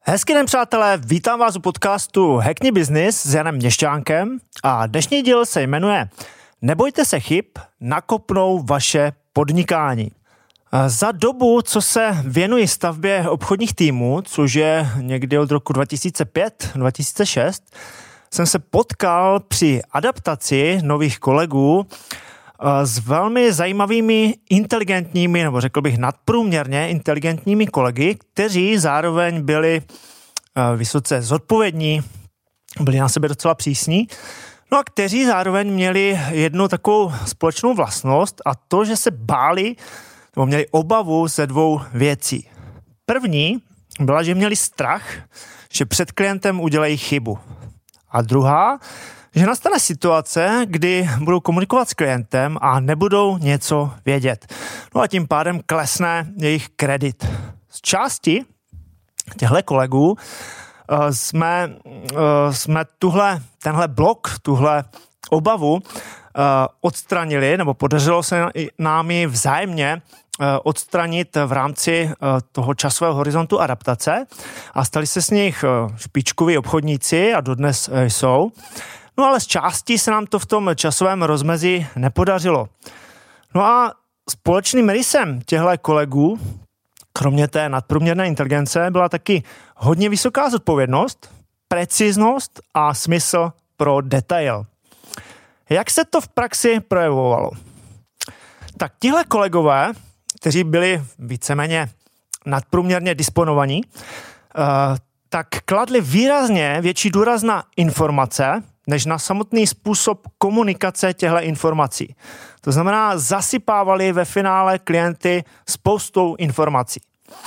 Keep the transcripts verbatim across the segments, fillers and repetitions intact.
Hezký den, přátelé, vítám vás u podcastu Hackni Business s Janem Měšťánkem a dnešní díl se jmenuje Nebojte se chyb, nakopnou vaše podnikání. Za dobu, co se věnuji stavbě obchodních týmů, což je někdy od roku dva tisíce pět dva tisíce šest, jsem se potkal při adaptaci nových kolegů s velmi zajímavými, inteligentními, nebo řekl bych nadprůměrně inteligentními kolegy, kteří zároveň byli vysoce zodpovědní, byli na sebe docela přísní, no a kteří zároveň měli jednu takovou společnou vlastnost a to, že se báli, nebo měli obavu ze dvou věcí. První byla, že měli strach, že před klientem udělají chybu. A druhá, že nastane situace, kdy budou komunikovat s klientem a nebudou něco vědět. No a tím pádem klesne jejich kredit. Z části těchto kolegů uh, jsme, uh, jsme tuhle, tenhle blok, tuhle obavu uh, odstranili, nebo podařilo se nám ji vzájemně uh, odstranit v rámci uh, toho časového horizontu adaptace a stali se z nich uh, špičkoví obchodníci a dodnes uh, jsou. No ale z části se nám to v tom časovém rozmezí nepodařilo. No a společným rysem těchto kolegů, kromě té nadprůměrné inteligence, byla taky hodně vysoká zodpovědnost, preciznost a smysl pro detail. Jak se to v praxi projevovalo? Tak tihle kolegové, kteří byli víceméně nadprůměrně disponovaní, tak kladli výrazně větší důraz na informace, než na samotný způsob komunikace těchto informací. To znamená, zasypávali ve finále klienty spoustou informací.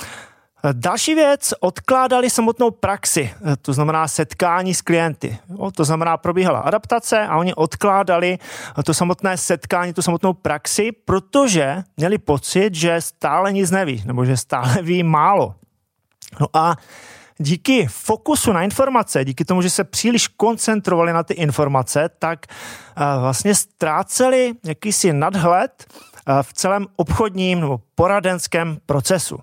Další věc, odkládali samotnou praxi, to znamená setkání s klienty. To znamená, probíhala adaptace a oni odkládali to samotné setkání, tu samotnou praxi, protože měli pocit, že stále nic neví, nebo že stále ví málo. No a díky fokusu na informace, díky tomu, že se příliš koncentrovali na ty informace, tak vlastně ztráceli jakýsi nadhled v celém obchodním nebo poradenském procesu.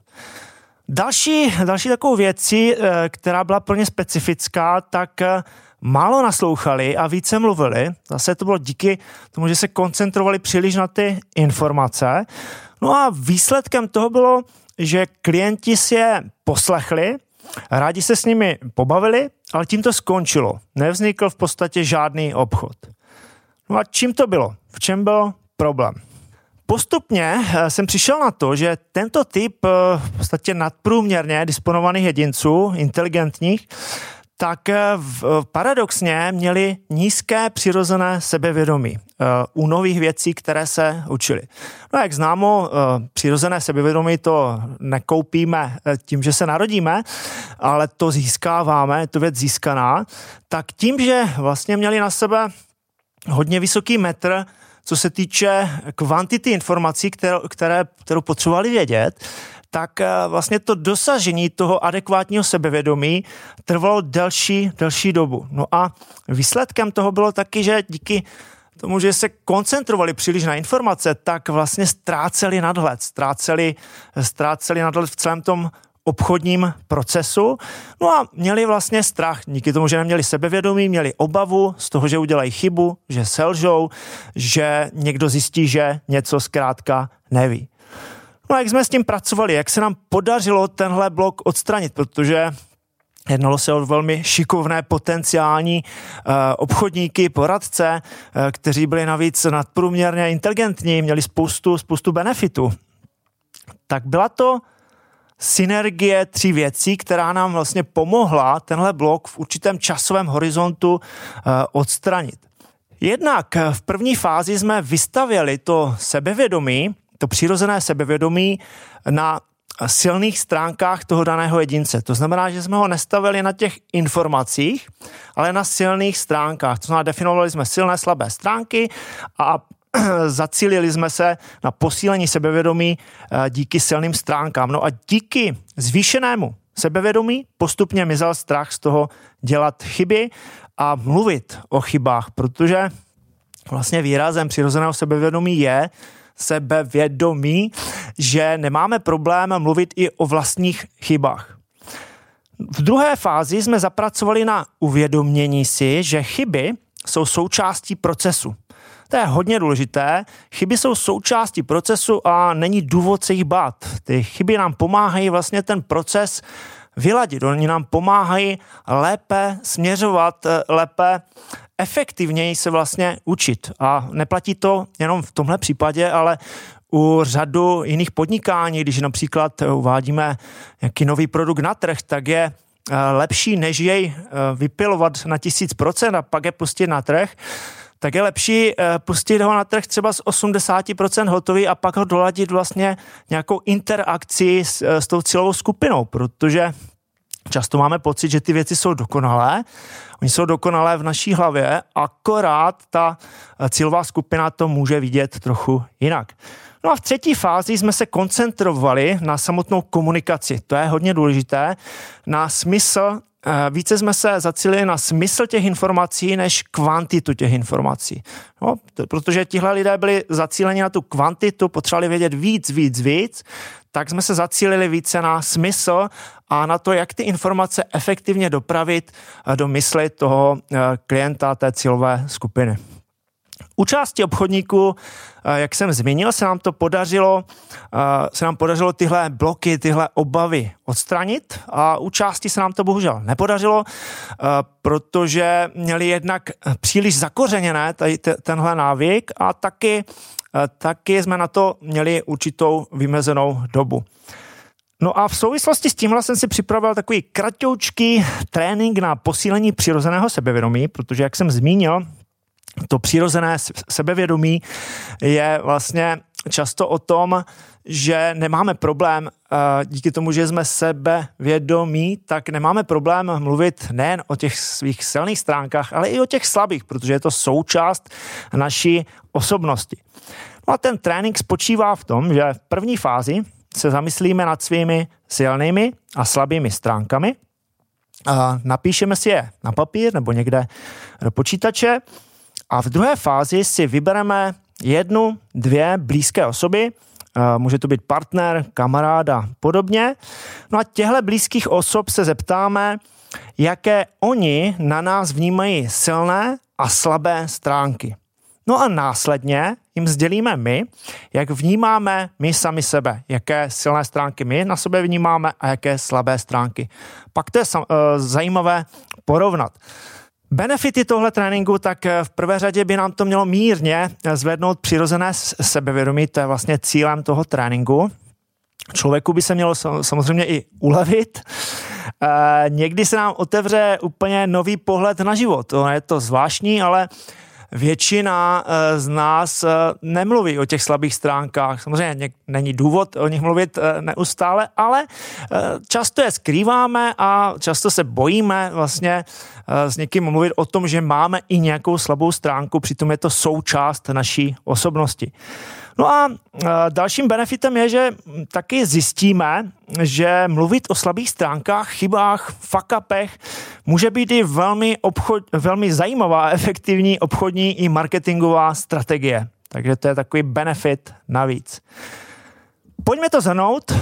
Další, další takovou věcí, která byla pro ně specifická, tak málo naslouchali a více mluvili. Zase to bylo díky tomu, že se koncentrovali příliš na ty informace. No a výsledkem toho bylo, že klienti si je poslechli, rádi se s nimi pobavili, ale tím to skončilo. Nevznikl v podstatě žádný obchod. No a čím to bylo? V čem byl problém? Postupně jsem přišel na to, že tento typ v podstatě nadprůměrně disponovaných jedinců, inteligentních, tak paradoxně měli nízké přirozené sebevědomí u nových věcí, které se učili. No jak známo, přirozené sebevědomí to nekoupíme tím, že se narodíme, ale to získáváme, je to věc získaná, tak tím, že vlastně měli na sebe hodně vysoký metr, co se týče kvantity informací, kterou, které, kterou potřebovali vědět, tak vlastně to dosažení toho adekvátního sebevědomí trvalo delší, delší dobu. No a výsledkem toho bylo taky, že díky tomu, že se koncentrovali příliš na informace, tak vlastně ztráceli nadhled, ztráceli, ztráceli nadhled v celém tom obchodním procesu. No a měli vlastně strach. Díky tomu, že neměli sebevědomí, měli obavu z toho, že udělají chybu, že selžou, že někdo zjistí, že něco zkrátka neví. No a jak jsme s tím pracovali, jak se nám podařilo tenhle blok odstranit, protože jednalo se o velmi šikovné potenciální uh, obchodníky, poradce, uh, kteří byli navíc nadprůměrně inteligentní, měli spoustu, spoustu benefitů. Tak byla to synergie tří věcí, která nám vlastně pomohla tenhle blok v určitém časovém horizontu uh, odstranit. Jednak v první fázi jsme vystavěli to sebevědomí, to přirozené sebevědomí na silných stránkách toho daného jedince. To znamená, že jsme ho nestavili na těch informacích, ale na silných stránkách. To znamená, definovali jsme silné, slabé stránky a zacílili jsme se na posílení sebevědomí díky silným stránkám. No a díky zvýšenému sebevědomí postupně mizel strach z toho dělat chyby a mluvit o chybách, protože vlastně výrazem přirozeného sebevědomí je sebevědomí, že nemáme problém mluvit i o vlastních chybách. V druhé fázi jsme zapracovali na uvědomění si, že chyby jsou součástí procesu. To je hodně důležité. Chyby jsou součástí procesu a není důvod se jich bát. Ty chyby nám pomáhají vlastně ten proces vyladit. Oni nám pomáhají lépe směřovat, lépe efektivněji se vlastně učit. A neplatí to jenom v tomhle případě, ale u řadu jiných podnikání, když například uvádíme nějaký nový produkt na trh, tak je lepší, než jej vypilovat na tisíc procent a pak je pustit na trh, tak je lepší pustit ho na trh třeba z osmdesát procent hotový a pak ho doladit vlastně nějakou interakci s, s tou cílovou skupinou, protože často máme pocit, že ty věci jsou dokonalé. Oni jsou dokonalé v naší hlavě, akorát ta cílová skupina to může vidět trochu jinak. No a v třetí fázi jsme se koncentrovali na samotnou komunikaci. To je hodně důležité. Na smysl, více jsme se zacílili na smysl těch informací, než kvantitu těch informací. No, protože tihle lidé byli zacíleni na tu kvantitu, potřebovali vědět víc, víc, víc, tak jsme se zacílili více na smysl a na to, jak ty informace efektivně dopravit do mysli toho klienta, té cílové skupiny. U části obchodníků, jak jsem zmínil, se nám to podařilo, se nám podařilo tyhle bloky, tyhle obavy odstranit a u části se nám to bohužel nepodařilo, protože měli jednak příliš zakořeněné tady tenhle návyk a taky, taky jsme na to měli určitou vymezenou dobu. No a v souvislosti s tímhle jsem si připravil takový kratoučký trénink na posílení přirozeného sebevědomí, protože jak jsem zmínil, to přirozené sebevědomí je vlastně často o tom, že nemáme problém, díky tomu, že jsme sebevědomí, tak nemáme problém mluvit nejen o těch svých silných stránkách, ale i o těch slabých, protože je to součást naší osobnosti. No a ten trénink spočívá v tom, že v první fázi se zamyslíme nad svými silnými a slabými stránkami, a napíšeme si je na papír nebo někde do počítače. A v druhé fázi si vybereme jednu, dvě blízké osoby, může to být partner, kamarád a podobně. No a těchto blízkých osob se zeptáme, jaké oni na nás vnímají silné a slabé stránky. No a následně jim sdělíme my, jak vnímáme my sami sebe, jaké silné stránky my na sebe vnímáme a jaké slabé stránky. Pak to je zajímavé porovnat. Benefity tohle tréninku, tak v prvé řadě by nám to mělo mírně zvednout přirozené sebevědomí, to je vlastně cílem toho tréninku. Člověku by se mělo samozřejmě i ulevit. E, někdy se nám otevře úplně nový pohled na život. To je to zvláštní, ale většina z nás nemluví o těch slabých stránkách. Samozřejmě není důvod o nich mluvit neustále, ale často je skrýváme a často se bojíme vlastně s někým mluvit o tom, že máme i nějakou slabou stránku, přitom je to součást naší osobnosti. No a dalším benefitem je, že taky zjistíme, že mluvit o slabých stránkách, chybách, fuck-upech může být i velmi, obchod, velmi zajímavá a efektivní obchodní i marketingová strategie. Takže to je takový benefit navíc. Pojďme to shrnout.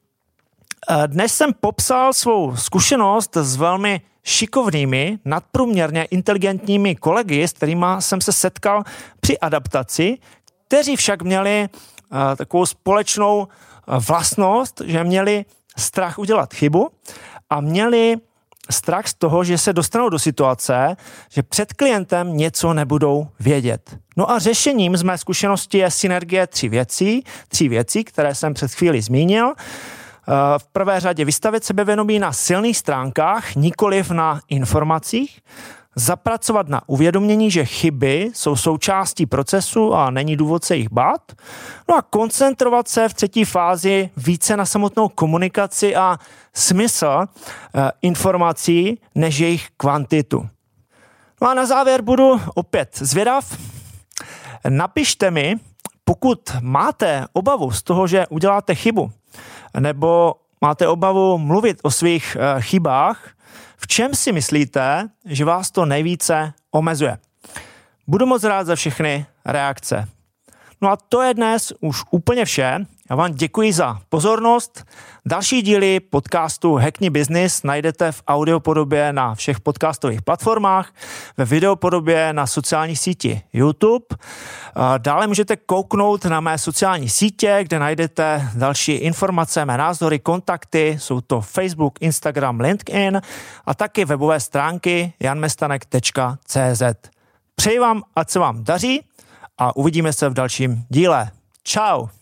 Dnes jsem popsal svou zkušenost s velmi šikovnými, nadprůměrně inteligentními kolegy, s kterými jsem se setkal při adaptaci, kteří však měli uh, takovou společnou uh, vlastnost, že měli strach udělat chybu a měli strach z toho, že se dostanou do situace, že před klientem něco nebudou vědět. No a řešením z mé zkušenosti je synergie tří věcí, tří věcí, které jsem před chvíli zmínil. Uh, v prvé řadě vystavit sebevědomí na silných stránkách, nikoliv na informacích. Zapracovat na uvědomění, že chyby jsou součástí procesu a není důvod se jich bát. No a koncentrovat se v třetí fázi více na samotnou komunikaci a smysl e, informací, než jejich kvantitu. No a na závěr budu opět zvědav. Napište mi, pokud máte obavu z toho, že uděláte chybu, nebo máte obavu mluvit o svých e, chybách, v čem si myslíte, že vás to nejvíce omezuje? Budu moc rád za všechny reakce. No a to je dnes už úplně vše. Já vám děkuji za pozornost. Další díly podcastu Hackni Business najdete v audiopodobě na všech podcastových platformách, ve videopodobě na sociální síti YouTube. Dále můžete kouknout na mé sociální sítě, kde najdete další informace, mé názory, kontakty. Jsou to Facebook, Instagram, LinkedIn a taky webové stránky jan mestanek tečka cé zet. Přeji vám, ať se vám daří a uvidíme se v dalším díle. Čau!